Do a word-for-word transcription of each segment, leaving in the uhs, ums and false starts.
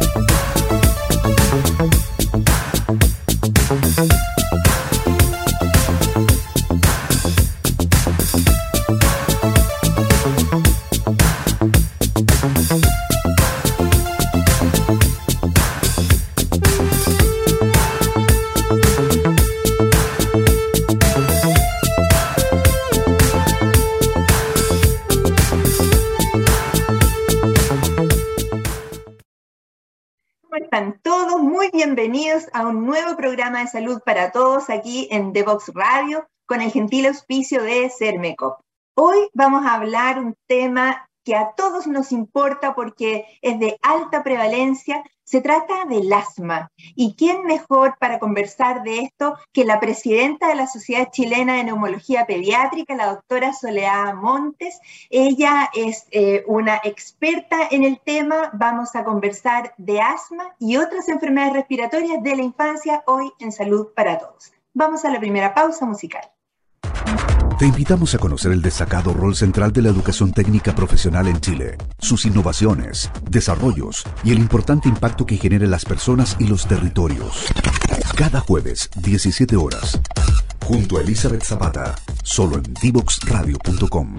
Están todos muy bienvenidos a un nuevo programa de salud para todos aquí en The Vox Radio con el gentil auspicio de Sermecop. Hoy vamos a hablar un tema que a todos nos importa porque es de alta prevalencia. Se trata del asma. ¿Y quién mejor para conversar de esto que la presidenta de la Sociedad Chilena de Neumología Pediátrica, la doctora Soledad Montes? Ella es eh, una experta en el tema. Vamos a conversar de asma y otras enfermedades respiratorias de la infancia hoy en Salud para Todos. Vamos a la primera pausa musical. Te invitamos a conocer el destacado rol central de la educación técnica profesional en Chile, sus innovaciones, desarrollos y el importante impacto que genera en las personas y los territorios. Cada jueves, diecisiete horas, junto a Elizabeth Zapata, solo en divox radio punto com.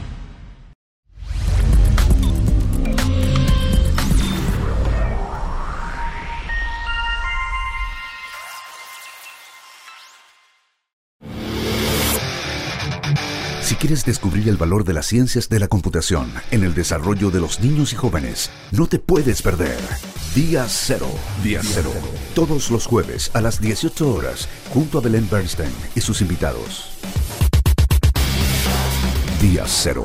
Si quieres descubrir el valor de las ciencias de la computación en el desarrollo de los niños y jóvenes, no te puedes perder Día Cero. Día Cero. Todos los jueves a las dieciocho horas, junto a Belén Bernstein y sus invitados. Día Cero.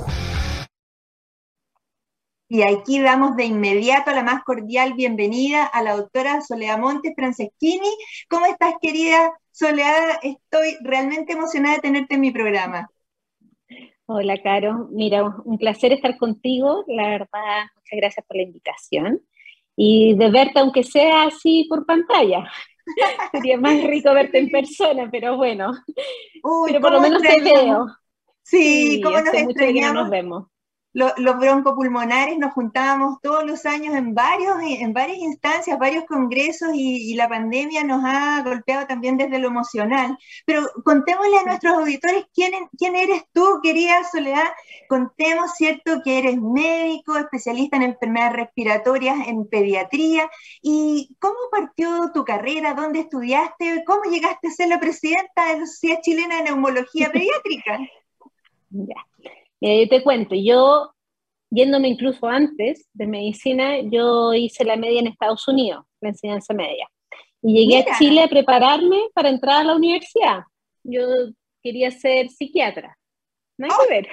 Y aquí damos de inmediato la más cordial bienvenida a la doctora Soledad Montes Franceschini. ¿Cómo estás, querida Soledad? Estoy realmente emocionada de tenerte en mi programa. Hola, Caro. Mira, un placer estar contigo. La verdad, muchas gracias por la invitación. Y de verte, aunque sea así por pantalla. Sería más rico verte en persona, pero bueno. Uy, pero por lo menos te veo. Sí, sí cómo nos hace mucho que no extrañamos. nos vemos. Los, los broncopulmonares nos juntábamos todos los años en, varios, en varias instancias, varios congresos y, y la pandemia nos ha golpeado también desde lo emocional. Pero contémosle a nuestros auditores quién, quién eres tú, querida Soledad. Contemos, ¿cierto?, que eres médico, especialista en enfermedades respiratorias en pediatría. ¿Y cómo partió tu carrera? ¿Dónde estudiaste? ¿Cómo llegaste a ser la presidenta de la Sociedad Chilena de Neumología Pediátrica? Ya. Mira, yo te cuento, yo, yéndome incluso antes de medicina, yo hice la media en Estados Unidos, la enseñanza media. Y llegué Mira. a Chile a prepararme para entrar a la universidad. Yo quería ser psiquiatra, nada Oh. que ver.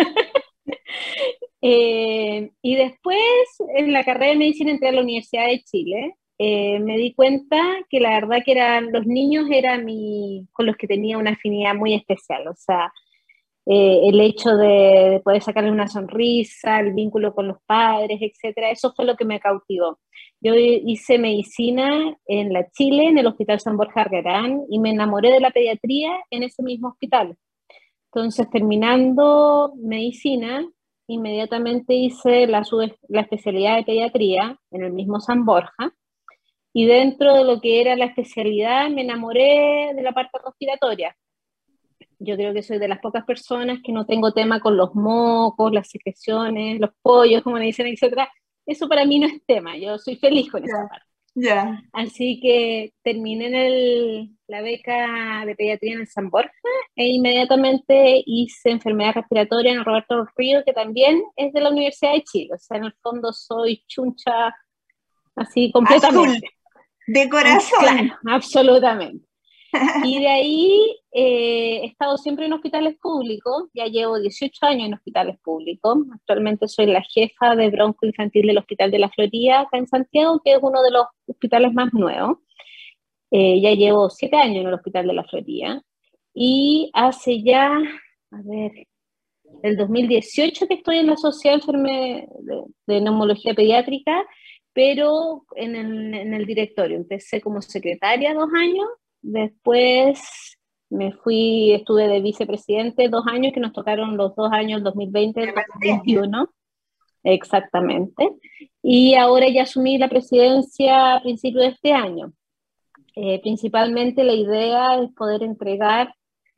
eh, y después, en la carrera de medicina, entré a la Universidad de Chile. Eh, me di cuenta que la verdad que eran, los niños eran mi, con los que tenía una afinidad muy especial, o sea, Eh, el hecho de, de poder sacarle una sonrisa, el vínculo con los padres, etcétera, eso fue lo que me cautivó. Yo hice medicina en la Chile, en el Hospital San Borja Argarán, y me enamoré de la pediatría en ese mismo hospital. Entonces, terminando medicina, inmediatamente hice la, la especialidad de pediatría en el mismo San Borja, y dentro de lo que era la especialidad me enamoré de la parte respiratoria. Yo creo que soy de las pocas personas que no tengo tema con los mocos, las secreciones, los pollos, como le dicen, etcétera. Eso para mí no es tema, yo soy feliz con Ya, esa parte. ya. Así que terminé en el, la beca de pediatría en el San Borja e inmediatamente hice enfermedad respiratoria en el Roberto del Río, que también es de la Universidad de Chile. O sea, en el fondo soy chuncha así completamente. Azul, de corazón. Claro, absolutamente. Y de ahí eh, he estado siempre en hospitales públicos, ya llevo dieciocho años en hospitales públicos. Actualmente soy la jefa de bronco infantil del Hospital de la Florida, acá en Santiago, que es uno de los hospitales más nuevos. Eh, ya llevo siete años en el Hospital de la Florida. Y hace ya, a ver, del dos mil dieciocho que estoy en la Sociedad de, de, de Neumología Pediátrica, pero en el, en el directorio. Empecé como secretaria dos años. Después me fui, estuve de vicepresidente dos años, que nos tocaron los dos años, el dos mil veinte y el dos mil veintiuno. exactamente. Y ahora ya asumí la presidencia a principios de este año. Eh, principalmente la idea es poder entregar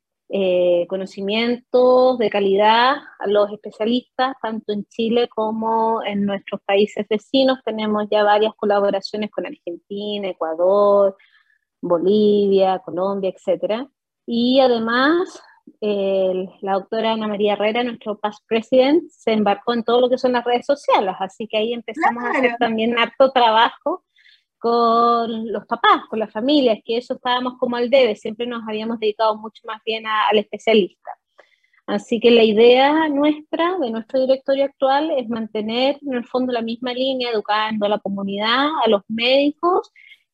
eh, conocimientos de calidad a los especialistas, tanto en Chile como en nuestros países vecinos. Tenemos ya varias colaboraciones con Argentina, Ecuador, Bolivia, Colombia, etcétera. Y además, eh, la doctora Ana María Herrera, nuestro past president, se embarcó en todo lo que son las redes sociales, así que ahí empezamos a hacer Claro. también harto trabajo con los papás, con las familias, que eso estábamos como al debe, siempre nos habíamos dedicado mucho más bien a, al especialista. Así que la idea nuestra, de nuestro directorio actual, es mantener en el fondo la misma línea, educando a la comunidad, a los médicos,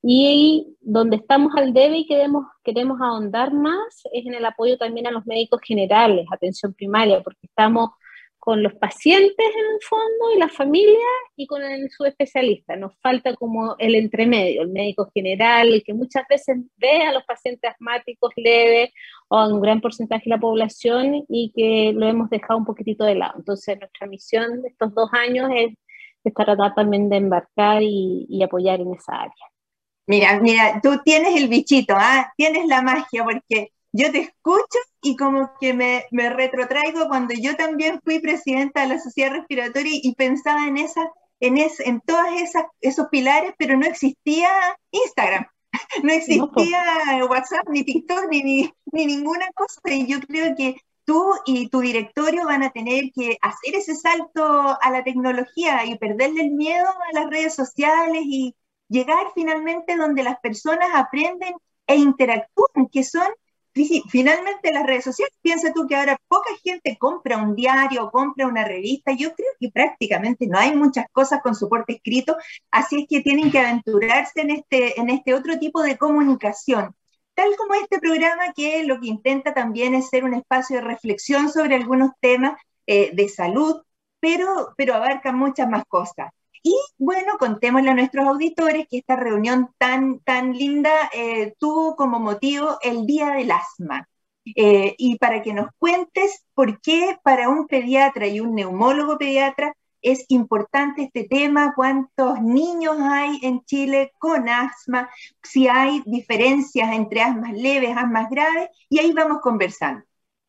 y donde estamos al debe y queremos, queremos ahondar más es en el apoyo también a los médicos generales, atención primaria, porque estamos con los pacientes en el fondo y la familia y con el subespecialista. Nos falta como el entremedio, el médico general, el que muchas veces ve a los pacientes asmáticos leves o a un gran porcentaje de la población y que lo hemos dejado un poquitito de lado. Entonces nuestra misión de estos dos años es, es tratar también de embarcar y, y apoyar en esa área. Mira, mira, tú tienes el bichito, ¿ah? Tienes la magia, porque yo te escucho y como que me, me retrotraigo cuando yo también fui presidenta de la Sociedad Respiratoria y pensaba en esa, en es, en todas esas esos pilares, pero no existía Instagram, no existía no, WhatsApp, ni TikTok, ni, ni, ni ninguna cosa, y yo creo que tú y tu directorio van a tener que hacer ese salto a la tecnología y perderle el miedo a las redes sociales y llegar finalmente donde las personas aprenden e interactúan, que son finalmente las redes sociales. Piensa tú que ahora poca gente compra un diario o compra una revista. Yo creo que prácticamente no hay muchas cosas con soporte escrito, así es que tienen que aventurarse en este, en este otro tipo de comunicación. Tal como este programa, que lo que intenta también es ser un espacio de reflexión sobre algunos temas eh, de salud, pero, pero abarca muchas más cosas. Y bueno, contémosle a nuestros auditores que esta reunión tan, tan linda eh, tuvo como motivo el Día del Asma. Eh, y para que nos cuentes por qué para un pediatra y un neumólogo pediatra es importante este tema, cuántos niños hay en Chile con asma, si hay diferencias entre asmas leves, asmas graves, y ahí vamos conversando.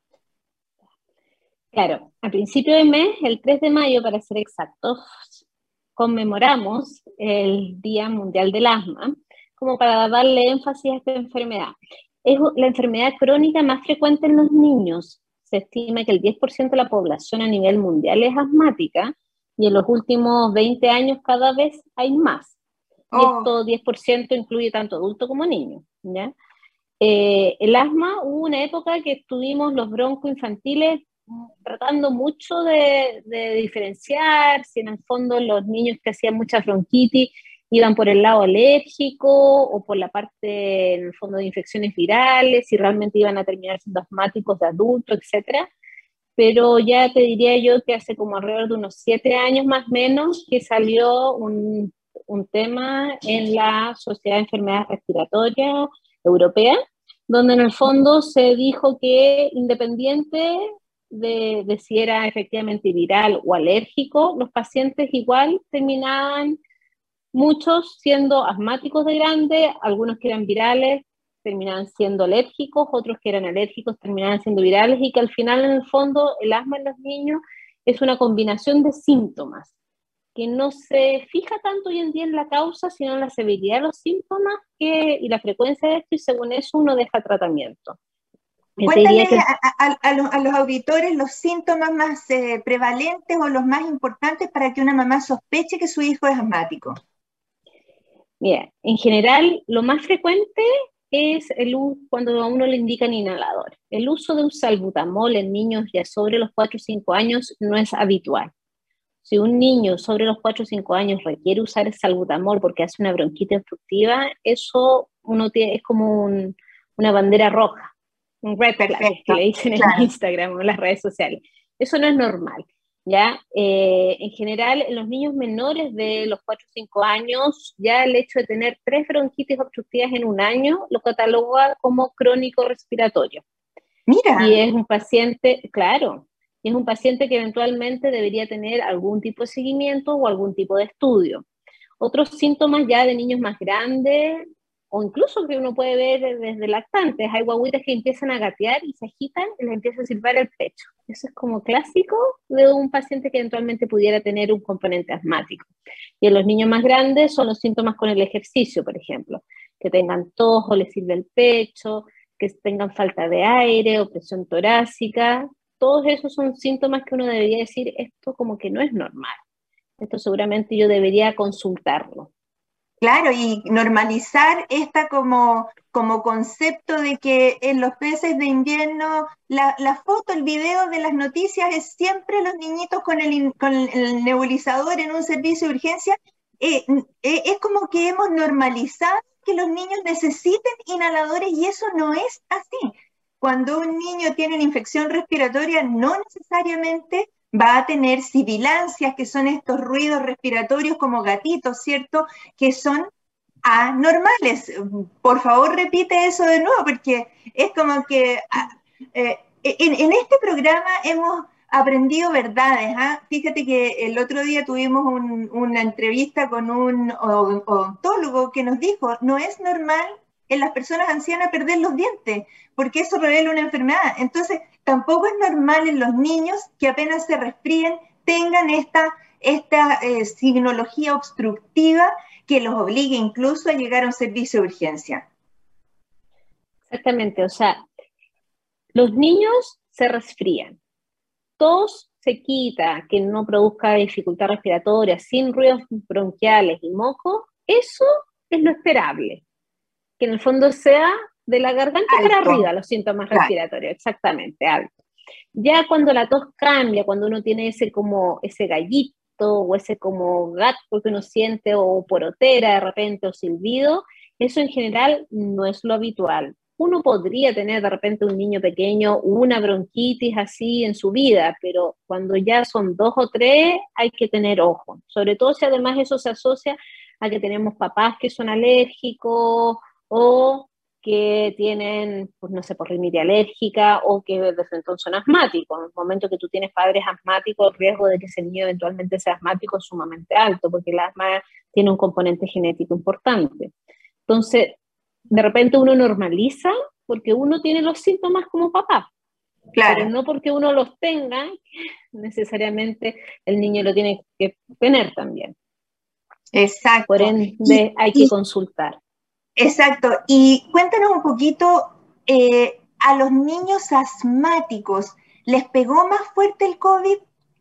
Claro, a principio de mes, el tres de mayo para ser exactos, conmemoramos el Día Mundial del Asma, como para darle énfasis a esta enfermedad. Es la enfermedad crónica más frecuente en los niños. Se estima que el diez por ciento de la población a nivel mundial es asmática, y en los últimos veinte años cada vez hay más. Y oh. Esto diez por ciento incluye tanto adulto como niño, ¿ya? Eh, el asma, hubo una época que tuvimos los broncoinfantiles tratando mucho de, de diferenciar si en el fondo los niños que hacían mucha bronquitis iban por el lado alérgico o por la parte, en el fondo, de infecciones virales, si realmente iban a terminar siendo asmáticos de adultos, etcétera. Pero ya te diría yo que hace como alrededor de unos siete años más o menos que salió un, un tema en la Sociedad de Enfermedades Respiratorias Europea, donde en el fondo se dijo que independiente De, de si era efectivamente viral o alérgico, los pacientes igual terminaban, muchos siendo asmáticos de grande, algunos que eran virales terminaban siendo alérgicos, otros que eran alérgicos terminaban siendo virales, y que al final en el fondo el asma en los niños es una combinación de síntomas que no se fija tanto hoy en día en la causa, sino en la severidad de los síntomas que, y la frecuencia de esto, y según eso uno deja tratamiento. Cuéntale que... a, a, a, los, a los auditores los síntomas más eh, prevalentes o los más importantes para que una mamá sospeche que su hijo es asmático. Mira, en general lo más frecuente es el cuando a uno le indican inhalador. El uso de un salbutamol en niños ya sobre los cuatro o cinco años no es habitual. Si un niño sobre los cuatro o cinco años requiere usar el salbutamol porque hace una bronquitis obstructiva, eso uno tiene, es como un, una bandera roja. Un red flag, que le dicen claro. En Instagram o en las redes sociales. Eso no es normal, ¿ya? Eh, en general, en los niños menores de los cuatro o cinco años, ya el hecho de tener tres bronquitis obstructivas en un año lo cataloga como crónico respiratorio. Mira. Y es un paciente, claro, y es un paciente que eventualmente debería tener algún tipo de seguimiento o algún tipo de estudio. Otros síntomas ya de niños más grandes, o incluso que uno puede ver desde lactantes, hay guaguitas que empiezan a gatear y se agitan y les empieza a silbar el pecho. Eso es como clásico de un paciente que eventualmente pudiera tener un componente asmático. Y en los niños más grandes son los síntomas con el ejercicio, por ejemplo, que tengan tos o les sirve el pecho, que tengan falta de aire o presión torácica. Todos esos son síntomas que uno debería decir, esto como que no es normal. Esto seguramente yo debería consultarlo. Claro, y normalizar esta como, como concepto de que en los meses de invierno la, la foto, el video de las noticias es siempre los niñitos con el, con el nebulizador en un servicio de urgencia. Eh, eh, es como que hemos normalizado que los niños necesiten inhaladores y eso no es así. Cuando un niño tiene una infección respiratoria, no necesariamente va a tener sibilancias, que son estos ruidos respiratorios como gatitos, ¿cierto? Que son anormales. Por favor, repite eso de nuevo, porque es como que eh, en, en este programa hemos aprendido verdades. ¿eh? Fíjate que el otro día tuvimos un, una entrevista con un odontólogo que nos dijo, no es normal en las personas ancianas perder los dientes, porque eso revela una enfermedad. Entonces, tampoco es normal en los niños que apenas se resfríen tengan esta, esta eh, signología obstructiva que los obligue incluso a llegar a un servicio de urgencia. Exactamente, o sea, los niños se resfrían, tos se quita, que no produzca dificultad respiratoria, sin ruidos bronquiales y moco, eso es lo esperable, que en el fondo sea de la garganta Alto. para arriba los síntomas claro. respiratorios, exactamente, alto. Ya cuando la tos cambia, cuando uno tiene ese como ese gallito o ese como gato que uno siente o porotera de repente o silbido, eso en general no es lo habitual. Uno podría tener de repente un niño pequeño una bronquitis así en su vida, pero cuando ya son dos o tres hay que tener ojo, sobre todo si además eso se asocia a que tenemos papás que son alérgicos o que tienen, pues no sé, por rinitis alérgica o que de frente son asmáticos. En el momento que tú tienes padres asmáticos, el riesgo de que ese niño eventualmente sea asmático es sumamente alto, porque el asma tiene un componente genético importante. Entonces, de repente uno normaliza porque uno tiene los síntomas como papá. Claro. Pero no porque uno los tenga, necesariamente el niño lo tiene que tener también. Exacto. Por ende, y, hay y, que consultar. Exacto. Y cuéntanos un poquito, eh, a los niños asmáticos, ¿les pegó más fuerte el COVID?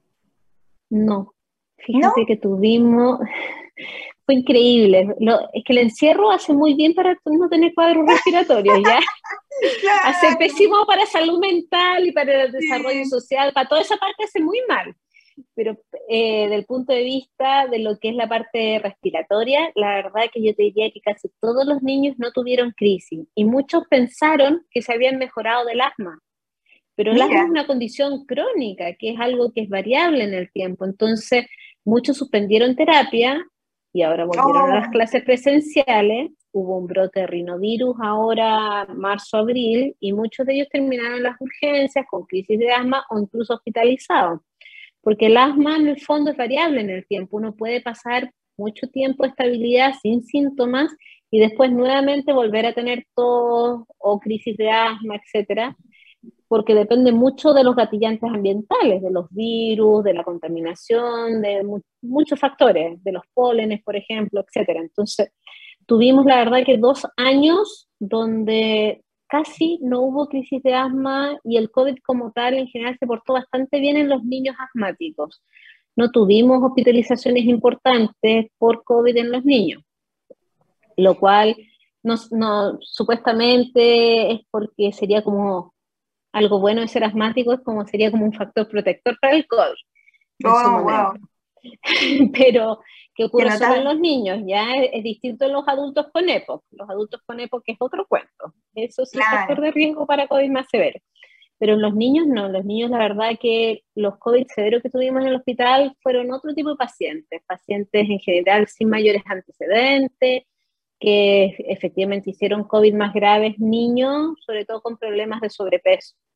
No. Fíjate ¿No? que tuvimos... Fue increíble. Lo, es que el encierro hace muy bien para no tener cuadros respiratorios, ¿ya? Claro. Hace pésimo para salud mental y para el desarrollo sí. social, para toda esa parte hace muy mal. Pero eh, del punto de vista de lo que es la parte respiratoria, la verdad que yo te diría que casi todos los niños no tuvieron crisis y muchos pensaron que se habían mejorado del asma. Pero el asma es una condición crónica, que es algo que es variable en el tiempo. Entonces, muchos suspendieron terapia y ahora volvieron oh. a las clases presenciales. Hubo un brote de rinovirus ahora, marzo, abril, y muchos de ellos terminaron las urgencias con crisis de asma o incluso hospitalizados. Porque el asma en el fondo es variable en el tiempo. Uno puede pasar mucho tiempo de estabilidad sin síntomas y después nuevamente volver a tener tos o crisis de asma, etcétera, porque depende mucho de los gatillantes ambientales, de los virus, de la contaminación, de mu muchos factores, de los pólenes, por ejemplo, etcétera. Entonces, tuvimos la verdad que dos años donde casi no hubo crisis de asma y el COVID como tal en general se portó bastante bien en los niños asmáticos. No tuvimos hospitalizaciones importantes por COVID en los niños, lo cual no, no, supuestamente es porque sería como algo bueno de ser asmático, es como sería como un factor protector para el COVID en oh, su momento. Wow. Pero que ocurre solo en los niños, ya es, es distinto en los adultos con EPOC. Los adultos con EPOC es otro cuento. Eso sí es claro. factor de riesgo para COVID más severo. Pero en los niños no, los niños la verdad que los COVID severos que tuvimos en el hospital fueron otro tipo de pacientes, pacientes en general sin mayores antecedentes, que efectivamente hicieron COVID más graves, niños, sobre todo con problemas de sobrepeso,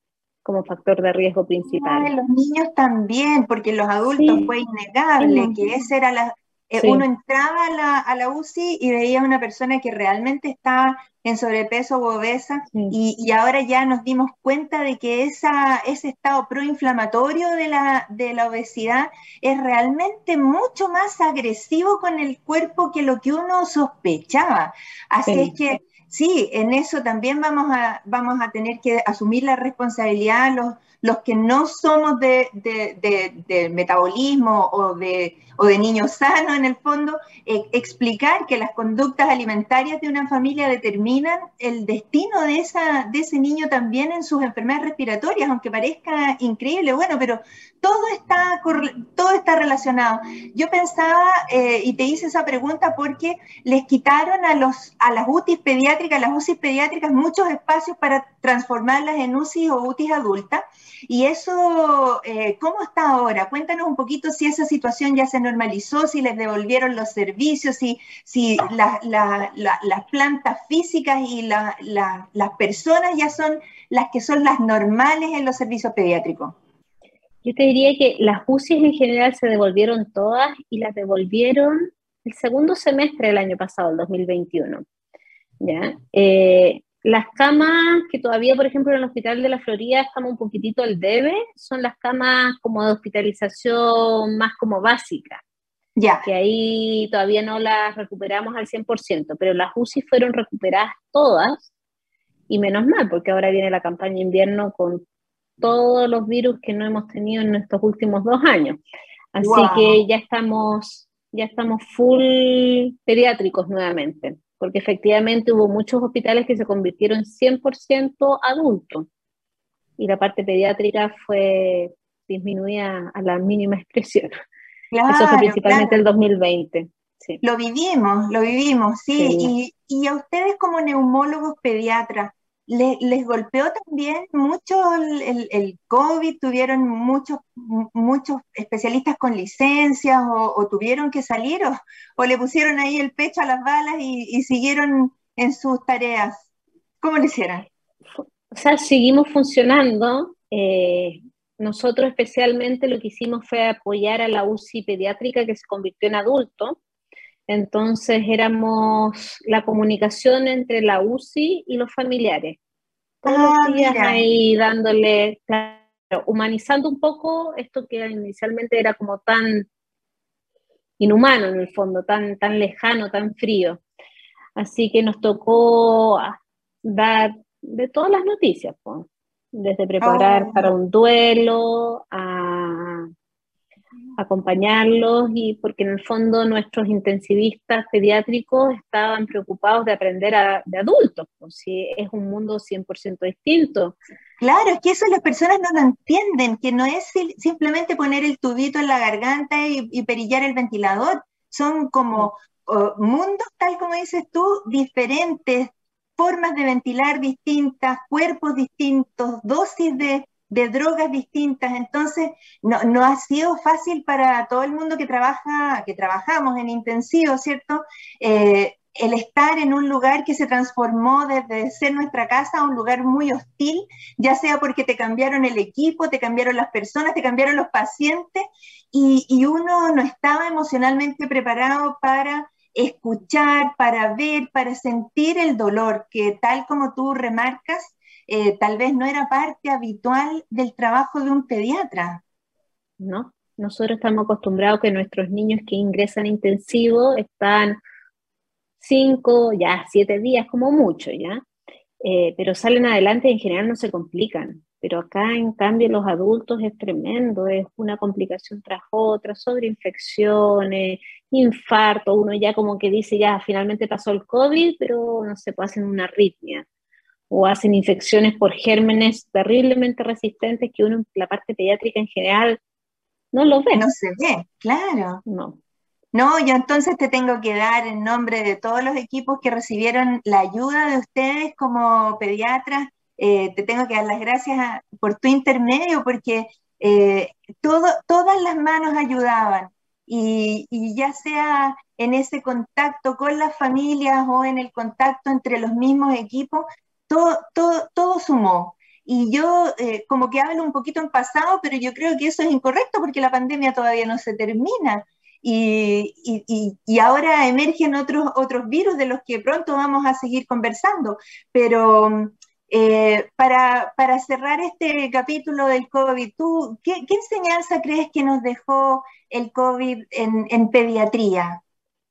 como factor de riesgo principal. Ay, los niños también, porque los adultos Sí, fue innegable que esa era la... eh, sí, uno entraba a la, a la U C I y veía a una persona que realmente estaba en sobrepeso o obesa, sí, y, y ahora ya nos dimos cuenta de que esa, ese estado proinflamatorio de la, de la obesidad es realmente mucho más agresivo con el cuerpo que lo que uno sospechaba. Así es sí, que sí, en eso también vamos a, vamos a tener que asumir la responsabilidad los, los que no somos de, de, de, de metabolismo o de, o de niños sanos en el fondo, eh, explicar que las conductas alimentarias de una familia determinan el destino de, esa, de ese niño también en sus enfermedades respiratorias, aunque parezca increíble, bueno, pero todo está, todo está relacionado. Yo pensaba, eh, y te hice esa pregunta porque les quitaron a, los, a las U T Is pediátricas, las U C I pediátricas, muchos espacios para transformarlas en U C I o U T Is adultas. Y eso, eh, ¿cómo está ahora? Cuéntanos un poquito si esa situación ya se normalizó, si les devolvieron los servicios, si, si la, la, la, las plantas físicas y la, la, las personas ya son las que son las normales en los servicios pediátricos. yo te diría que las U C Is en general se devolvieron todas y las devolvieron el segundo semestre del año pasado, el dos mil veintiuno. ¿Ya? Eh, las camas que todavía, por ejemplo, en el Hospital de la Florida estamos un poquitito al debe, son las camas como de hospitalización más como básica, Ya. que ahí todavía no las recuperamos al cien por ciento, pero las U C I fueron recuperadas todas, y menos mal, porque ahora viene la campaña invierno con todos los virus que no hemos tenido en estos últimos dos años. Así Wow. que ya estamos, ya estamos full pediátricos nuevamente, porque efectivamente hubo muchos hospitales que se convirtieron cien por ciento adultos, y la parte pediátrica fue disminuida a la mínima expresión. Eso fue Claro, principalmente claro. el dos mil veinte. Sí, Lo vivimos, lo vivimos, sí. sí. Y, y a ustedes como neumólogos pediatras, ¿le- ¿les golpeó también mucho el, el- el COVID? ¿Tuvieron muchos, mu- muchos especialistas con licencias o, o tuvieron que salir o, o le pusieron ahí el pecho a las balas y, y siguieron en sus tareas? ¿Cómo lo hicieron? O sea, seguimos funcionando. Eh, nosotros especialmente lo que hicimos fue apoyar a la U C I pediátrica que se convirtió en adulto. Entonces éramos la comunicación entre la U C I y los familiares. Todos los Ah, días mira, ahí dándole, claro, humanizando un poco esto que inicialmente era como tan inhumano en el fondo, tan, tan lejano, tan frío. Así que nos tocó ah, dar de todas las noticias, pues, desde preparar para oh, un duelo, a acompañarlos, y porque en el fondo nuestros intensivistas pediátricos estaban preocupados de aprender a, de adultos, pues si es un mundo cien por ciento distinto. claro, es que eso las personas no lo entienden, que no es sil- simplemente poner el tubito en la garganta y, y perillar el ventilador. Son como oh, mundos, tal como dices tú, diferentes, formas de ventilar distintas, cuerpos distintos, dosis de, de drogas distintas. Entonces, no, no ha sido fácil para todo el mundo que trabaja, que trabajamos en intensivo, ¿cierto? Eh, el estar en un lugar que se transformó desde ser nuestra casa a un lugar muy hostil, ya sea porque te cambiaron el equipo, te cambiaron las personas, te cambiaron los pacientes, y, y uno no estaba emocionalmente preparado para escuchar, para ver, para sentir el dolor, que tal como tú remarcas, eh, tal vez no era parte habitual del trabajo de un pediatra. ¿No? Nosotros estamos acostumbrados que nuestros niños que ingresan intensivo están cinco, ya siete días como mucho, ¿ya? Eh, pero salen adelante y en general no se complican. Pero acá, en cambio, los adultos es tremendo, es una complicación tras otra, sobreinfecciones, infarto, uno ya como que dice, ya finalmente pasó el COVID, pero no se puede hacer una arritmia, o hacen infecciones por gérmenes terriblemente resistentes que uno, la parte pediátrica en general, no los No ve, se ve, claro. no. No, yo entonces te tengo que dar en nombre de todos los equipos que recibieron la ayuda de ustedes como pediatras, eh, te tengo que dar las gracias a- por tu intermedio, porque eh, todo, todas las manos ayudaban, y, y ya sea en ese contacto con las familias o en el contacto entre los mismos equipos, todo, todo, todo sumó. y yo eh, como que hablo un poquito en pasado, pero yo creo que eso es incorrecto porque la pandemia todavía no se termina. Y, y, y, y ahora emergen otros, otros virus de los que pronto vamos a seguir conversando. Pero eh, para, para cerrar este capítulo del COVID, ¿tú qué, qué enseñanza crees que nos dejó el COVID en, en pediatría?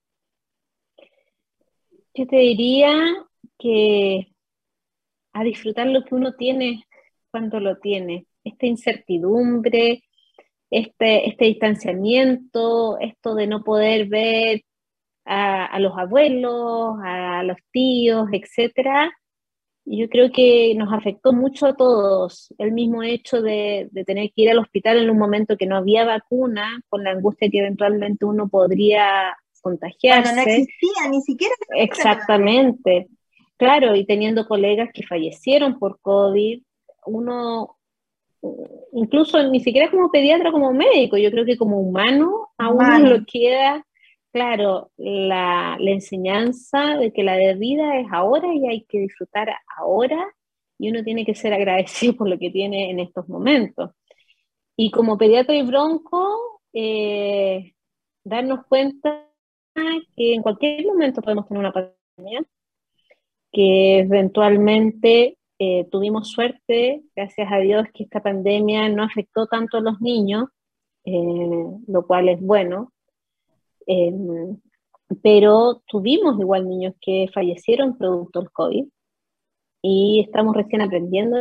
Yo te diría que a disfrutar lo que uno tiene cuando lo tiene. Esta incertidumbre, este, este distanciamiento, esto de no poder ver a, a los abuelos, a los tíos, etcétera. Yo creo que nos afectó mucho a todos. El mismo hecho de, de tener que ir al hospital en un momento que no había vacuna, con la angustia que eventualmente uno podría Cuando no contagiarse. existía ni siquiera la vacuna todavía. Exactamente. Claro, y teniendo colegas que fallecieron por COVID, uno, incluso ni siquiera como pediatra, como médico, yo creo que como humano a uno Humano. lo queda, claro, la, la enseñanza de que la vida es ahora y hay que disfrutar ahora, y uno tiene que ser agradecido por lo que tiene en estos momentos. Y como pediatra y bronco, eh, darnos cuenta que en cualquier momento podemos tener una pandemia, que eventualmente eh, tuvimos suerte, gracias a Dios, que esta pandemia no afectó tanto a los niños, eh, lo cual es bueno, eh, pero tuvimos igual niños que fallecieron producto del COVID y estamos recién aprendiendo,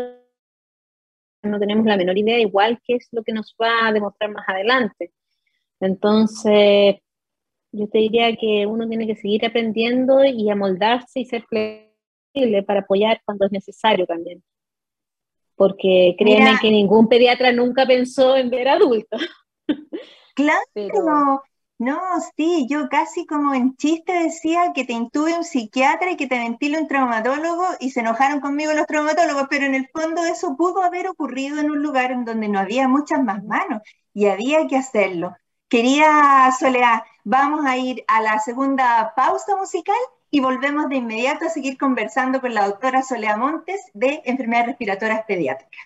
no tenemos la menor idea igual qué es lo que nos va a demostrar más adelante. Entonces, yo te diría que uno tiene que seguir aprendiendo y amoldarse y ser flexible para apoyar cuando es necesario también. Porque créeme Mira, que ningún pediatra nunca pensó en ver adultos. claro, Pero no, sí, yo casi como en chiste decía que te intube un psiquiatra y que te ventile un traumatólogo y se enojaron conmigo los traumatólogos, pero en el fondo eso pudo haber ocurrido en un lugar en donde no había muchas más manos y había que hacerlo. Querida Soledad, vamos a ir a la segunda pausa musical y volvemos de inmediato a seguir conversando con la doctora Soledad Montes de Enfermedades Respiratorias Pediátricas.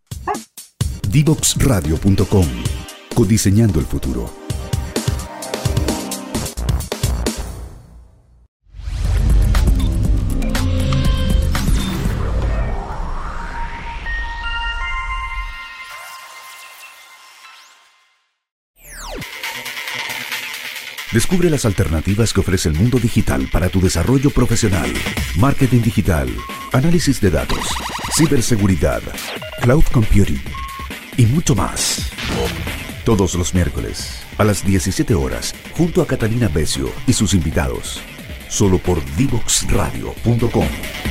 Divox Radio punto com. Codiseñando el futuro. Descubre las alternativas que ofrece el mundo digital para tu desarrollo profesional. Marketing digital, análisis de datos, ciberseguridad, cloud computing y mucho más. Todos los miércoles a las diecisiete horas, junto a Catalina Becio y sus invitados. Solo por Divox Radio punto com.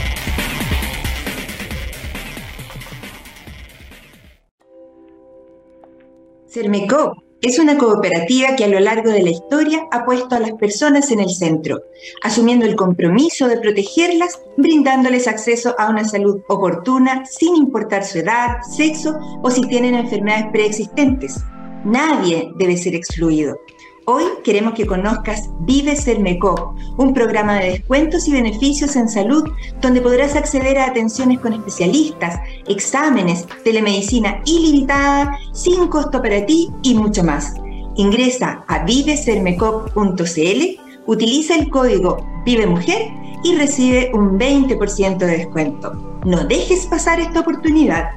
Sermecop es una cooperativa que a lo largo de la historia ha puesto a las personas en el centro, asumiendo el compromiso de protegerlas, brindándoles acceso a una salud oportuna sin importar su edad, sexo o si tienen enfermedades preexistentes. Nadie debe ser excluido. Hoy queremos que conozcas Vive Sermecop, un programa de descuentos y beneficios en salud donde podrás acceder a atenciones con especialistas, exámenes, telemedicina ilimitada, sin costo para ti y mucho más. Ingresa a vive sermecop punto c l, utiliza el código VIVEMUJER y recibe un veinte por ciento de descuento. No dejes pasar esta oportunidad.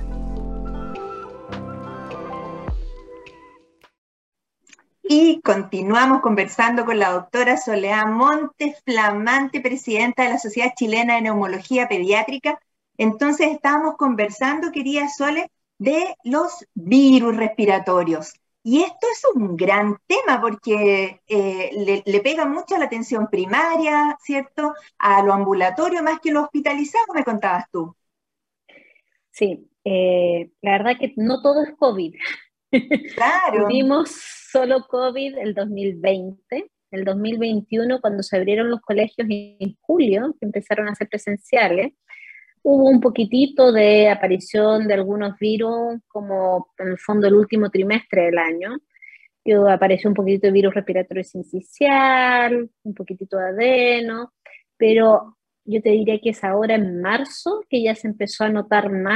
Y continuamos conversando con la doctora Soledad Montes, flamante presidenta de la Sociedad Chilena de Neumología Pediátrica. Entonces estábamos conversando, querida Sole, de los virus respiratorios. Y esto es un gran tema porque eh, le, le pega mucho a la atención primaria, ¿cierto? A lo ambulatorio más que lo hospitalizado, me contabas tú. sí, eh, la verdad que no todo es COVID. Claro. Tuvimos solo COVID el dos mil veinte, el dos mil veintiuno cuando se abrieron los colegios en julio, que empezaron a ser presenciales, hubo un poquitito de aparición de algunos virus, como en el fondo el último trimestre del año, que apareció un poquitito de virus respiratorio sincicial, un poquitito de adeno, pero yo te diría que es ahora en marzo que ya se empezó a notar más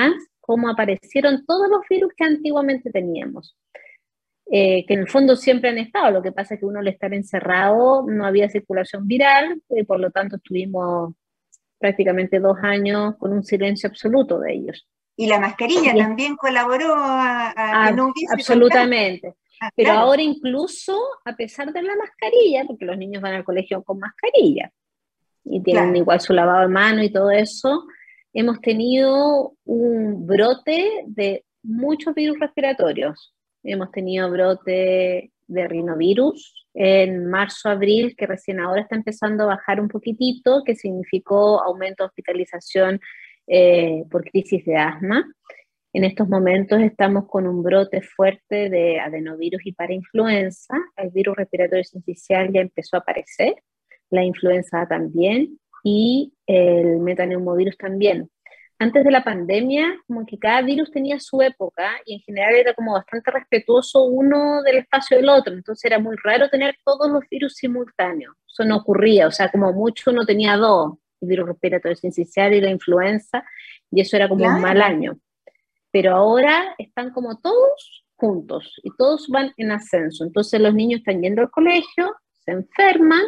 cómo aparecieron todos los virus que antiguamente teníamos. Eh, que en el fondo siempre han estado, lo que pasa es que uno al estar encerrado no había circulación viral, y por lo tanto estuvimos prácticamente dos años con un silencio absoluto de ellos. Y la mascarilla Y es, también colaboró a, a a, que no hubiese absolutamente. Ah, Pero claro. ahora incluso, a pesar de la mascarilla, porque los niños van al colegio con mascarilla, y tienen Claro. igual su lavado de mano y todo eso, hemos tenido un brote de muchos virus respiratorios. Hemos tenido brote de rinovirus en marzo, abril, que recién ahora está empezando a bajar un poquitito, que significó aumento de hospitalización eh, por crisis de asma. En estos momentos estamos con un brote fuerte de adenovirus y parainfluenza. El virus respiratorio sincicial ya empezó a aparecer, la influenza también, y el metaneumovirus también. Antes de la pandemia, como que cada virus tenía su época y en general era como bastante respetuoso uno del espacio del otro, entonces era muy raro tener todos los virus simultáneos. Eso no ocurría, o sea, como mucho uno tenía dos, el virus respiratorio sincicial y la influenza, y eso era como un mal Claro. año. Pero ahora están como todos juntos y todos van en ascenso. Entonces los niños están yendo al colegio, se enferman,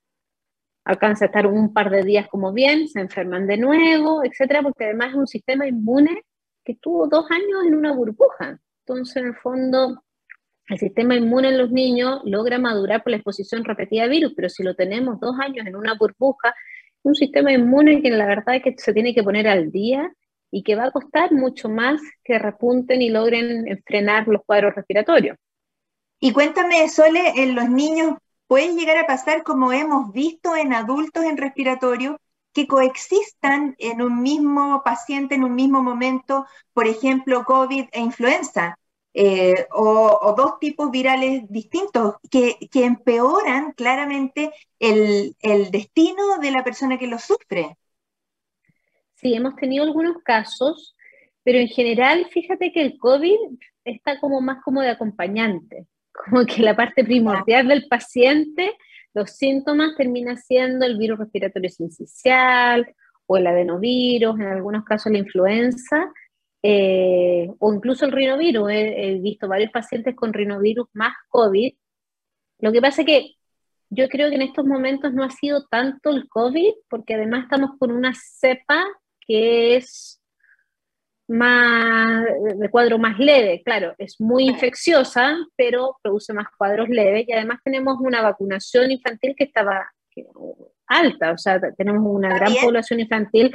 alcanza a estar un par de días como bien, se enferman de nuevo, etcétera, porque además es un sistema inmune que estuvo dos años en una burbuja. Entonces, en el fondo, el sistema inmune en los niños logra madurar por la exposición repetida a virus, pero si lo tenemos dos años en una burbuja, un sistema inmune que la verdad es que se tiene que poner al día y que va a costar mucho más que repunten y logren frenar los cuadros respiratorios. Y cuéntame, Sole, en los niños puede llegar a pasar, como hemos visto en adultos en respiratorio, que coexistan en un mismo paciente, en un mismo momento, por ejemplo, COVID e influenza, eh, o, o dos tipos virales distintos, que, que empeoran claramente el, el destino de la persona que lo sufre. Sí, hemos tenido algunos casos, pero en general, fíjate que el COVID está como más como de acompañante, como que la parte primordial del paciente, los síntomas termina siendo el virus respiratorio sincicial o el adenovirus, en algunos casos la influenza, eh, o incluso el rinovirus. He, he visto varios pacientes con rinovirus más COVID. Lo que pasa es que yo creo que en estos momentos no ha sido tanto el COVID, porque además estamos con una cepa que es más, de cuadro más leve, claro, es muy infecciosa, pero produce más cuadros leves, y además tenemos una vacunación infantil que estaba alta, o sea, tenemos una gran bien? población infantil.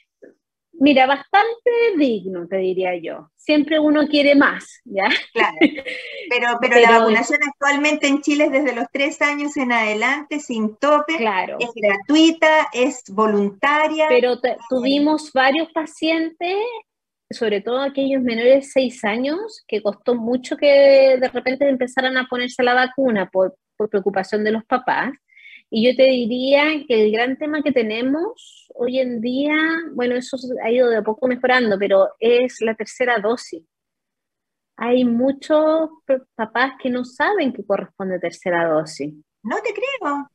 Mira, bastante digno, te diría yo. Siempre uno quiere más, ¿ya? Claro, pero, pero, la Pero, vacunación actualmente en Chile es desde los tres años en adelante, sin tope, claro, es gratuita, es voluntaria. pero te- tuvimos varios pacientes, sobre todo aquellos menores de seis años, que costó mucho que de repente empezaran a ponerse la vacuna por, por preocupación de los papás. Y yo te diría que el gran tema que tenemos hoy en día, bueno, eso ha ido de a poco mejorando, pero es la tercera dosis. Hay muchos papás que no saben que corresponde tercera dosis. No te creo.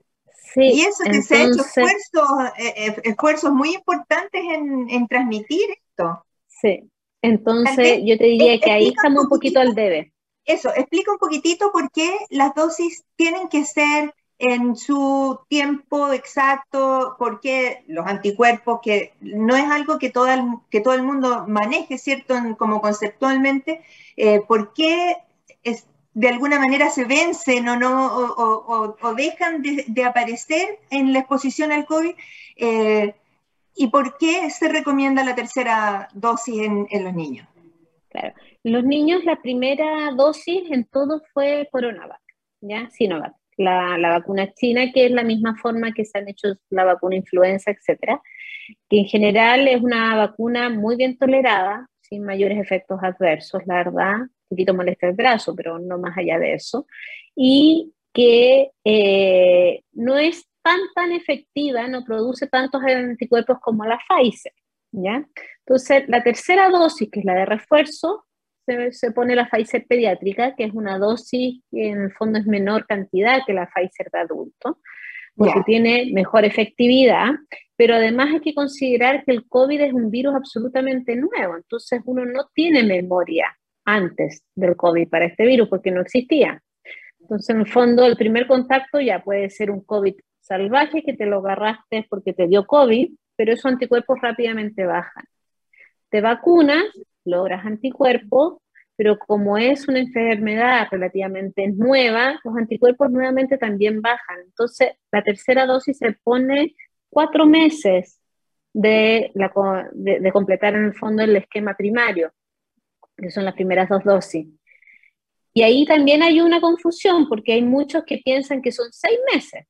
Y Sí, eso que se ha hecho entonces, esfuerzos, eh, eh, esfuerzos muy importantes en, en transmitir esto. sí. Tal vez, Entonces yo te es- diría que ahí explica un estamos un poquito poquitito, al debe. eso, explica un poquitito por qué las dosis tienen que ser en su tiempo exacto, por qué los anticuerpos, que no es algo que todo el, que todo el mundo maneje, ¿cierto? En- como conceptualmente, eh, por qué es, de alguna manera se vencen o, no, o, o- o dejan de, de aparecer en la exposición al COVID, eh, y por qué se recomienda la tercera dosis en, en los niños. Claro. Los niños, la primera dosis en todos fue Coronavac, ¿ya? Sinovac. La, la vacuna china, que es la misma forma que se han hecho la vacuna influenza, etcétera, que en general es una vacuna muy bien tolerada, sin mayores efectos adversos, la verdad, un poquito molesta el brazo, pero no más allá de eso, y que eh, no es tan, tan efectiva, no produce tantos anticuerpos como la Pfizer, ¿ya? Entonces, la tercera dosis, que es la de refuerzo, se, se pone la Pfizer pediátrica, que es una dosis que en el fondo es menor cantidad que la Pfizer de adulto, porque Ya. tiene mejor efectividad, Pero además hay que considerar que el COVID es un virus absolutamente nuevo, entonces uno no tiene memoria antes del COVID para este virus porque no existía. Entonces, en el fondo, el primer contacto ya puede ser un COVID salvaje que te lo agarraste porque te dio COVID, pero esos anticuerpos rápidamente bajan. Te vacunas, logras anticuerpos, pero como es una enfermedad relativamente nueva, los anticuerpos nuevamente también bajan. Entonces, la tercera dosis se pone cuatro meses de, la, de, de completar en el fondo el esquema primario, que son las primeras dos dosis. Y ahí también hay una confusión, porque hay muchos que piensan que son seis meses.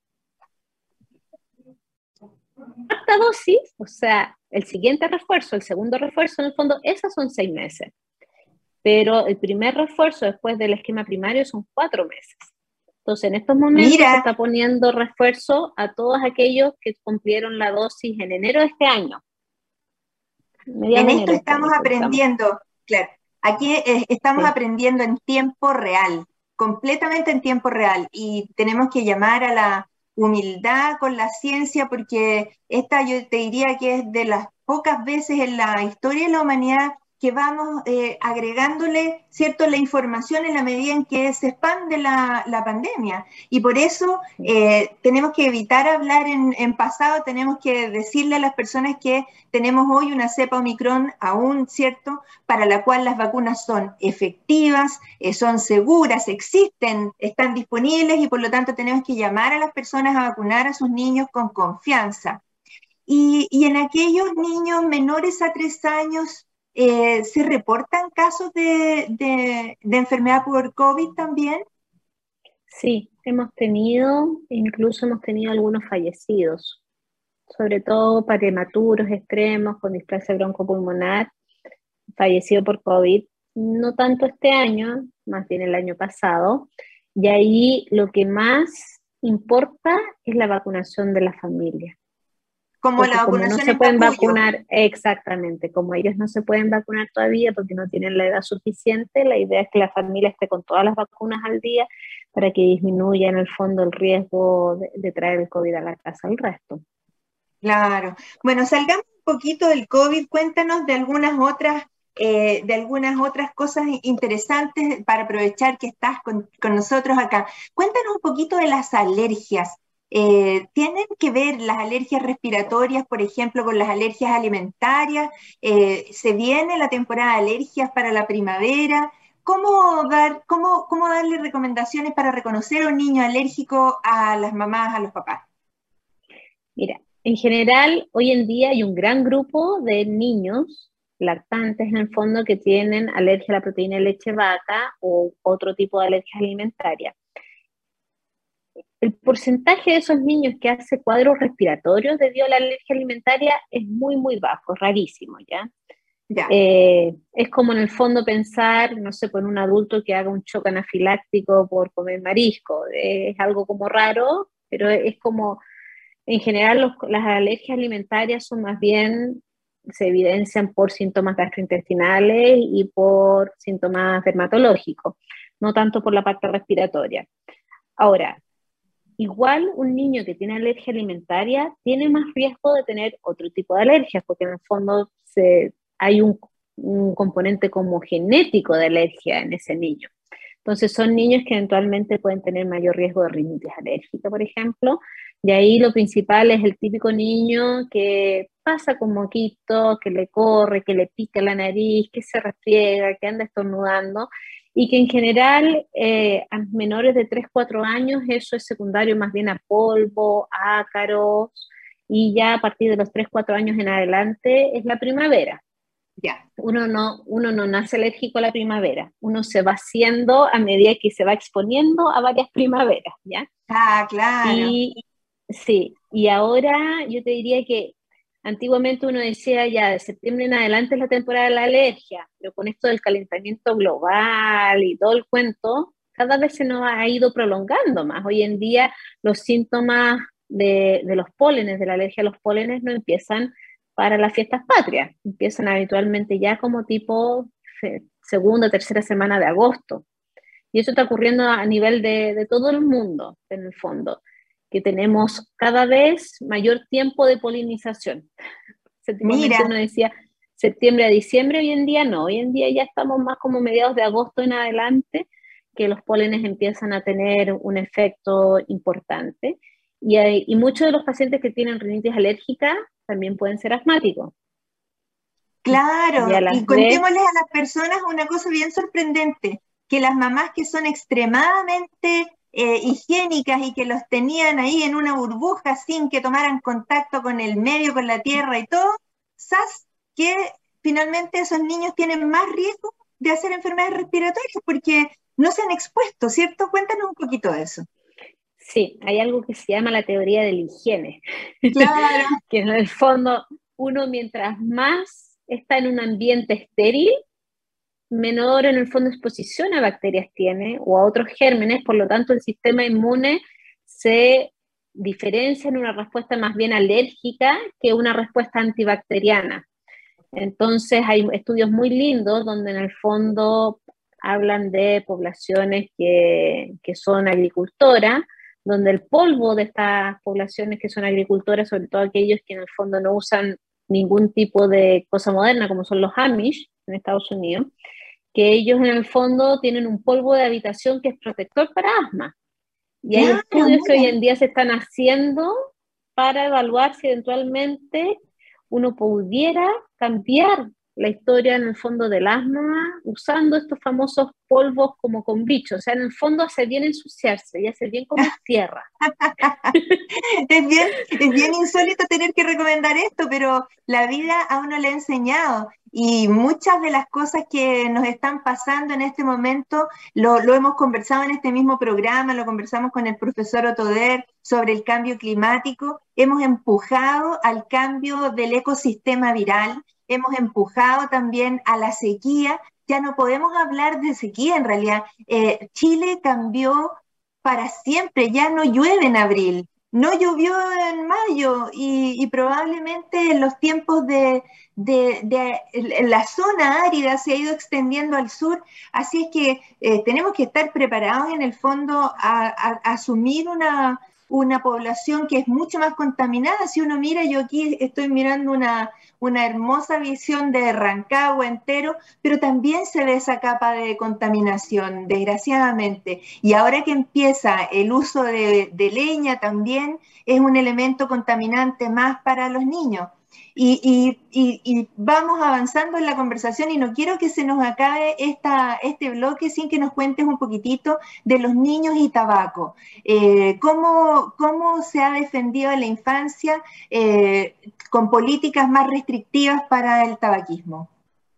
Cuarta dosis, o sea, el siguiente refuerzo, el segundo refuerzo, en el fondo, esas son seis meses. Pero el primer refuerzo después del esquema primario son cuatro meses. Entonces, en estos momentos Mira, se está poniendo refuerzo a todos aquellos que cumplieron la dosis en enero de este año. En esto estamos aprendiendo, claro, aquí eh, estamos sí. aprendiendo en tiempo real, completamente en tiempo real, y tenemos que llamar a la humildad con la ciencia, porque esta yo te diría que es de las pocas veces en la historia de la humanidad que vamos eh, agregándole, ¿cierto?, la información en la medida en que se expande la, la pandemia. Y por eso eh, tenemos que evitar hablar en, en pasado, tenemos que decirle a las personas que tenemos hoy una cepa Omicron aún, ¿cierto?, para la cual las vacunas son efectivas, eh, son seguras, existen, están disponibles, y por lo tanto tenemos que llamar a las personas a vacunar a sus niños con confianza. Y, y en aquellos niños menores a tres años, Eh, ¿se reportan casos de, de, de enfermedad por COVID también? Sí, hemos tenido, incluso hemos tenido algunos fallecidos, sobre todo prematuros extremos con displasia broncopulmonar, fallecido por COVID, no tanto este año, más bien el año pasado, y ahí lo que más importa es la vacunación de la familia. Como porque la como vacunación no se en pueden capullo. vacunar, exactamente, como ellos no se pueden vacunar todavía porque no tienen la edad suficiente, la idea es que la familia esté con todas las vacunas al día para que disminuya en el fondo el riesgo de, de traer el COVID a la casa al resto. Claro. Bueno, salgamos un poquito del COVID, cuéntanos de algunas otras, eh, de algunas otras cosas interesantes para aprovechar que estás con, con nosotros acá. Cuéntanos un poquito de las alergias. Eh, ¿tienen que ver las alergias respiratorias, por ejemplo, con las alergias alimentarias? Eh, ¿se viene la temporada de alergias para la primavera? ¿Cómo, dar, cómo, ¿Cómo darle recomendaciones para reconocer a un niño alérgico a las mamás, a los papás? Mira, en general, hoy en día hay un gran grupo de niños lactantes, en el fondo, que tienen alergia a la proteína de leche vaca o otro tipo de alergias alimentarias. El porcentaje de esos niños que hace cuadros respiratorios debido a la alergia alimentaria es muy, muy bajo, es rarísimo, ¿ya? Ya. Eh, es como en el fondo pensar, no sé, por un adulto que haga un shock anafiláctico por comer marisco. Es algo como raro, pero es como, en general, los, las alergias alimentarias son más bien, se evidencian por síntomas gastrointestinales y por síntomas dermatológicos, no tanto por la parte respiratoria. Ahora, igual un niño que tiene alergia alimentaria tiene más riesgo de tener otro tipo de alergias, porque en el fondo se, hay un, un componente como genético de alergia en ese niño. Entonces son niños que eventualmente pueden tener mayor riesgo de rinitis alérgica, por ejemplo, y ahí lo principal es el típico niño que pasa con moquitos, que le corre, que le pica la nariz, que se restriega, que anda estornudando, y que en general eh, a menores de tres, cuatro años eso es secundario más bien a polvo, a ácaros, y ya a partir de los tres, cuatro años en adelante es la primavera. Ya. Uno no, uno no nace alérgico a la primavera, uno se va haciendo a medida que se va exponiendo a varias primaveras, ¿ya? Ah, claro. Y sí, y ahora yo te diría que antiguamente uno decía ya de septiembre en adelante es la temporada de la alergia, pero con esto del calentamiento global y todo el cuento, cada vez se nos ha ido prolongando más. Hoy en día los síntomas de, de los pólenes, de la alergia a los pólenes, no empiezan para las fiestas patrias, empiezan habitualmente ya como tipo segunda o tercera semana de agosto. Y eso está ocurriendo a nivel de, de todo el mundo, en el fondo. que tenemos cada vez mayor tiempo de polinización. Antiguamente uno decía septiembre a diciembre, hoy en día no, hoy en día ya estamos más como mediados de agosto en adelante, que los pólenes empiezan a tener un efecto importante. Y, hay, y muchos de los pacientes que tienen rinitis alérgica también pueden ser asmáticos. Claro, y, y contémosles a las personas una cosa bien sorprendente, que las mamás que son extremadamente eh, higiénicas y que los tenían ahí en una burbuja sin que tomaran contacto con el medio, con la tierra y todo, ¿sabes? Que finalmente esos niños tienen más riesgo de hacer enfermedades respiratorias porque no se han expuesto, ¿cierto? Cuéntanos un poquito de eso. Sí, hay algo que se llama la teoría de la higiene. Claro. Que en el fondo uno mientras más está en un ambiente estéril, menor en el fondo exposición a bacterias tiene o a otros gérmenes, por lo tanto el sistema inmune se diferencia en una respuesta más bien alérgica que una respuesta antibacteriana. Entonces hay estudios muy lindos donde en el fondo hablan de poblaciones que, que son agricultoras, donde el polvo de estas poblaciones que son agricultoras, sobre todo aquellos que en el fondo no usan ningún tipo de cosa moderna, como son los Amish en Estados Unidos, que ellos en el fondo tienen un polvo de habitación que es protector para asma. Y hay claro, estudios que hoy en día se están haciendo para evaluar si eventualmente uno pudiera cambiar la historia en el fondo del asma usando estos famosos polvos como con bichos. O sea, en el fondo hace bien ensuciarse y hace bien comer tierra. es, bien, es bien insólito tener que recomendar esto, pero la vida a uno le ha enseñado. Y muchas de las cosas que nos están pasando en este momento lo, lo hemos conversado en este mismo programa, lo conversamos con el profesor Otoder sobre el cambio climático. Hemos empujado al cambio del ecosistema viral, hemos empujado también a la sequía. Ya no podemos hablar de sequía en realidad. Eh, Chile cambió para siempre, ya no llueve en abril. No llovió en mayo y, y probablemente en los tiempos de, de, de, de la zona árida se ha ido extendiendo al sur, así es que eh, tenemos que estar preparados en el fondo a, a, a asumir una, una población que es mucho más contaminada. Si uno mira, yo aquí estoy mirando una, una hermosa visión de Rancagua entero, pero también se ve esa capa de contaminación, desgraciadamente. Y ahora que empieza el uso de, de leña también es un elemento contaminante más para los niños. Y, y, y, y vamos avanzando en la conversación y no quiero que se nos acabe esta, este bloque sin que nos cuentes un poquitito de los niños y tabaco. Eh, ¿cómo, ¿Cómo se ha defendido en la infancia eh, con políticas más restrictivas para el tabaquismo?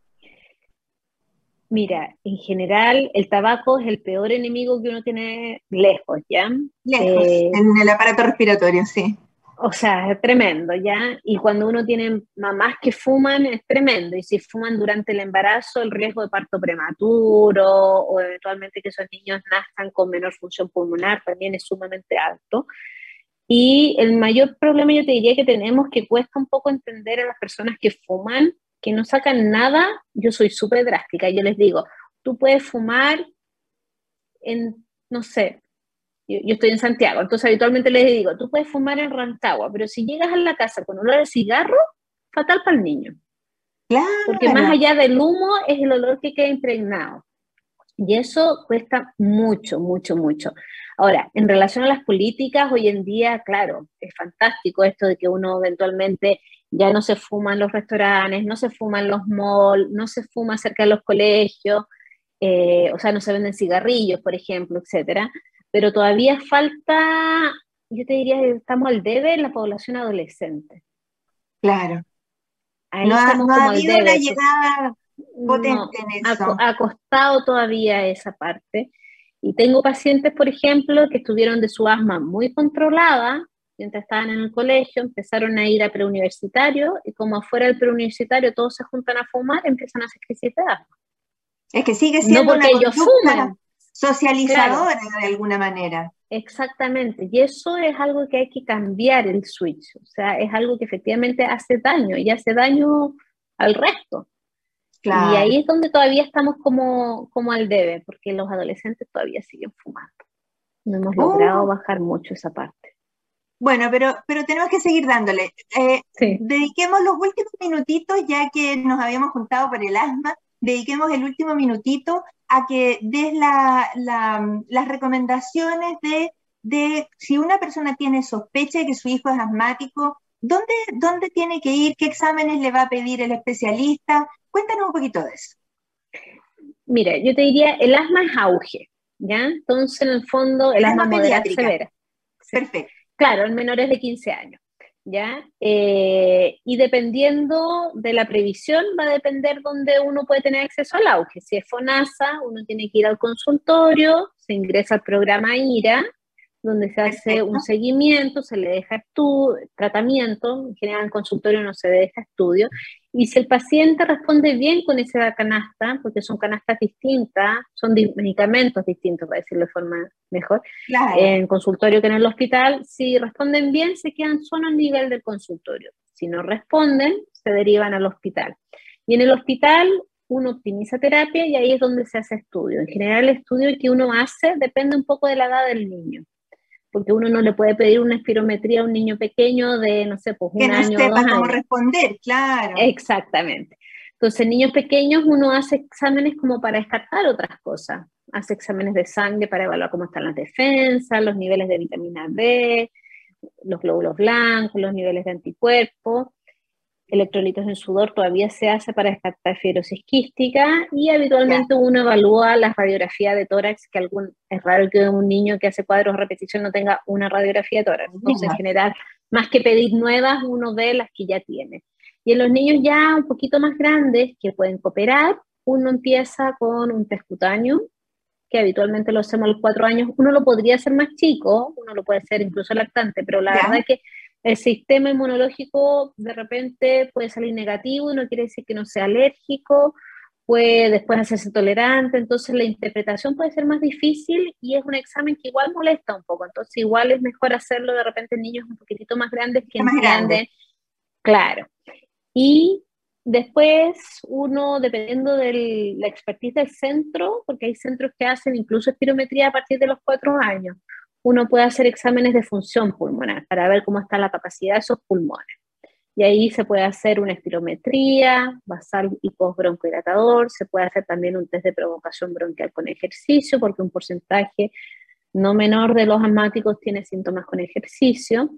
Mira, en general el tabaco es el peor enemigo que uno tiene lejos, ¿ya? Lejos, eh, en el aparato respiratorio, sí. O sea, es tremendo, ¿ya? Y cuando uno tiene mamás que fuman, es tremendo. Y si fuman durante el embarazo, el riesgo de parto prematuro o eventualmente que esos niños nazcan con menor función pulmonar también es sumamente alto. Y el mayor problema yo te diría que tenemos, que cuesta un poco entender a las personas que fuman, que no sacan nada. Yo soy súper drástica, yo les digo, tú puedes fumar en, no sé, Yo, yo estoy en Santiago, entonces habitualmente les digo, tú puedes fumar en Rancagua, pero si llegas a la casa con olor a cigarro, fatal para el niño. Claro. Porque más allá del humo es el olor que queda impregnado. Y eso cuesta mucho, mucho, mucho. Ahora, en relación a las políticas, hoy en día, claro, es fantástico esto de que uno eventualmente ya no se fuma en los restaurantes, no se fuma en los malls, no se fuma cerca de los colegios, eh, o sea, no se venden cigarrillos, por ejemplo, etcétera. Pero todavía falta, yo te diría que estamos al debe en la población adolescente. Claro. Ahí no ha, estamos no como ha habido al debe. una llegada potente no, en eso. Ha, ha costado todavía esa parte. Y tengo pacientes, por ejemplo, que estuvieron de su asma muy controlada, mientras estaban en el colegio, empezaron a ir a preuniversitario, y como afuera del preuniversitario todos se juntan a fumar, empiezan a hacer crisis de asma. Es que sigue siendo no porque una ellos conducta fumen, socializadora, claro, de alguna manera. Exactamente, y eso es algo que hay que cambiar el switch, o sea, es algo que efectivamente hace daño y hace daño al resto. Claro. Y ahí es donde todavía estamos como, como al debe, porque los adolescentes todavía siguen fumando. No hemos Uh, logrado bajar mucho esa parte. Bueno, pero, pero tenemos que seguir dándole. Eh, Sí. Dediquemos los últimos minutitos, ya que nos habíamos juntado por el asma, dediquemos el último minutito a que des la, la, las recomendaciones de, de si una persona tiene sospecha de que su hijo es asmático, ¿dónde, dónde tiene que ir? ¿Qué exámenes le va a pedir el especialista? Cuéntanos un poquito de eso. Mira, yo te diría, el asma es auge, ¿ya? Entonces, en el fondo, el, el asma, asma moderada severa. Sí. Perfecto. Claro, en menores de quince años, ¿ya? Eh, y dependiendo de la previsión, va a depender dónde uno puede tener acceso al auge. Si es FONASA, uno tiene que ir al consultorio, se ingresa al programa I R A, donde se hace Perfecto. un seguimiento, se le deja tratamiento, en general en consultorio no se deja estudio, y si el paciente responde bien con esa canasta, porque son canastas distintas, son medicamentos distintos, para decirlo de forma mejor, claro. en consultorio que en el hospital, si responden bien, se quedan solo a nivel del consultorio. Si no responden, se derivan al hospital. Y en el hospital uno optimiza terapia y ahí es donde se hace estudio. En general el estudio que uno hace depende un poco de la edad del niño, porque uno no le puede pedir una espirometría a un niño pequeño de, no sé, pues un que no año sepa o dos cómo años. responder, claro. Exactamente. Entonces, en niños pequeños uno hace exámenes como para descartar otras cosas. Hace exámenes de sangre para evaluar cómo están las defensas, los niveles de vitamina D, los glóbulos blancos, los niveles de anticuerpos. Electrolitos en sudor todavía se hace para descartar fibrosis quística y habitualmente yeah. uno evalúa la radiografía de tórax, que algún, es raro que un niño que hace cuadros de repetición no tenga una radiografía de tórax. Entonces, yeah. en general, más que pedir nuevas, uno ve las que ya tiene. Y en los niños ya un poquito más grandes que pueden cooperar, uno empieza con un test cutáneo, que habitualmente lo hacemos a los cuatro años. Uno lo podría hacer más chico, uno lo puede hacer incluso lactante, pero la yeah. verdad es que el sistema inmunológico de repente puede salir negativo y no quiere decir que no sea alérgico, puede después hacerse tolerante, entonces la interpretación puede ser más difícil y es un examen que igual molesta un poco, entonces igual es mejor hacerlo de repente en niños un poquitito más grandes que más entienden. Grande. Claro. Y después uno, dependiendo de la expertise del centro, porque hay centros que hacen incluso espirometría a partir de los cuatro años, uno puede hacer exámenes de función pulmonar para ver cómo está la capacidad de esos pulmones. Y ahí se puede hacer una espirometría basal y postbroncohidratador, se puede hacer también un test de provocación bronquial con ejercicio, porque un porcentaje no menor de los asmáticos tiene síntomas con ejercicio.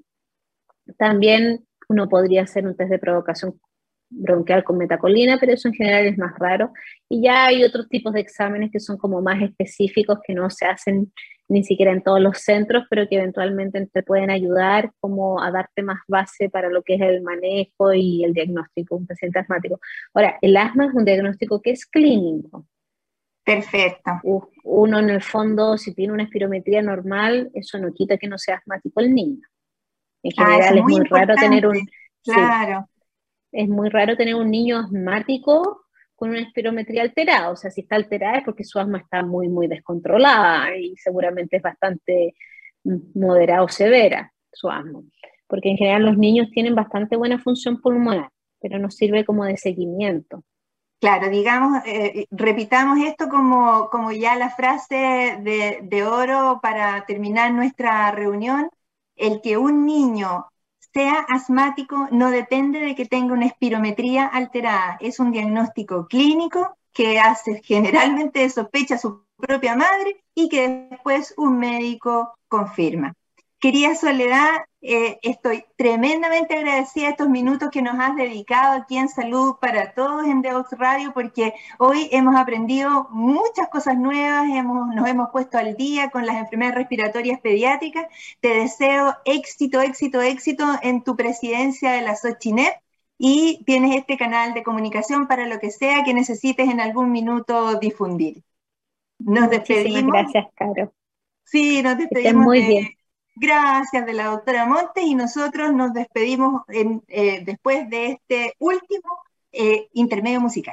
También uno podría hacer un test de provocación bronquial con metacolina, pero eso en general es más raro. Y ya hay otros tipos de exámenes que son como más específicos, que no se hacen ni siquiera en todos los centros, pero que eventualmente te pueden ayudar como a darte más base para lo que es el manejo y el diagnóstico de un paciente asmático. Ahora, el asma es un diagnóstico que es clínico. Perfecto. Uno en el fondo, si tiene una espirometría normal, eso no quita que no sea asmático el niño. En general ah, es, es muy, muy raro tener un... Claro. Sí, es muy raro tener un niño asmático con una espirometría alterada, o sea, si está alterada es porque su asma está muy, muy descontrolada y seguramente es bastante moderada o severa su asma, porque en general los niños tienen bastante buena función pulmonar, pero nos sirve como de seguimiento. Claro, digamos, eh, repitamos esto como, como ya la frase de, de oro para terminar nuestra reunión, el que un niño sea asmático no depende de que tenga una espirometría alterada, es un diagnóstico clínico que hace generalmente de sospecha su propia madre y que después un médico confirma. Querida Soledad, eh, estoy tremendamente agradecida de estos minutos que nos has dedicado aquí en Salud para Todos en Devox Radio, porque hoy hemos aprendido muchas cosas nuevas, hemos, nos hemos puesto al día con las enfermedades respiratorias pediátricas. Te deseo éxito, éxito, éxito en tu presidencia de la SOCHINEP y tienes este canal de comunicación para lo que sea que necesites en algún minuto difundir. Nos despedimos. Muchísimas gracias, Caro. Sí, nos despedimos. Muy de... bien. Gracias de la doctora Montes y nosotros nos despedimos en, eh, después de este último eh, intermedio musical.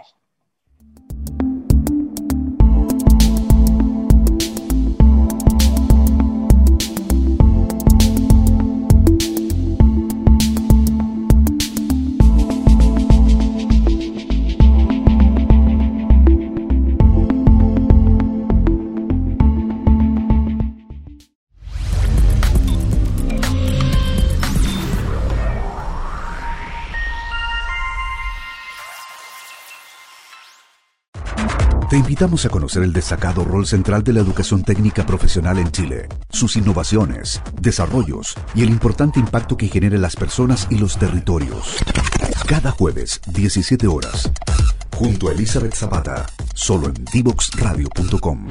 Te invitamos a conocer el destacado rol central de la educación técnica profesional en Chile, sus innovaciones, desarrollos y el importante impacto que genera en las personas y los territorios. Cada jueves, diecisiete horas, junto a Elizabeth Zapata, solo en divox radio punto com.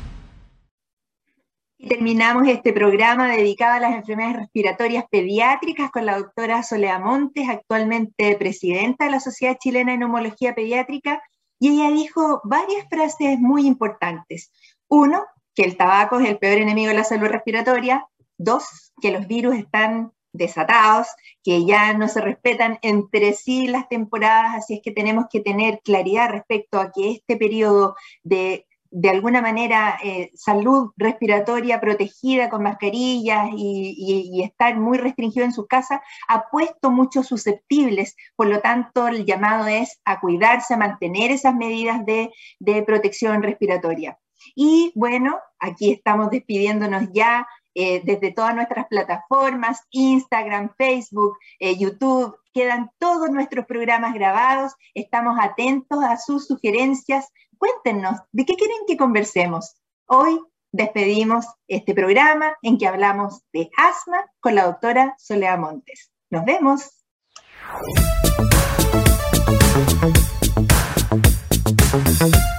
Y terminamos este programa dedicado a las enfermedades respiratorias pediátricas con la doctora Soledad Montes, actualmente presidenta de la Sociedad Chilena de Neumología Pediátrica, y ella dijo varias frases muy importantes. Uno, que el tabaco es el peor enemigo de la salud respiratoria. Dos, que los virus están desatados, que ya no se respetan entre sí las temporadas, así es que tenemos que tener claridad respecto a que este periodo de de alguna manera eh, salud respiratoria protegida con mascarillas y, y, y estar muy restringido en su casa, ha puesto muchos susceptibles, por lo tanto el llamado es a cuidarse, a mantener esas medidas de, de protección respiratoria. Y bueno, aquí estamos despidiéndonos ya eh, desde todas nuestras plataformas, Instagram, Facebook, eh, YouTube, quedan todos nuestros programas grabados, estamos atentos a sus sugerencias. Cuéntenos, ¿de qué quieren que conversemos? Hoy despedimos este programa en que hablamos de asma con la doctora Soledad Montes. ¡Nos vemos! Thank you.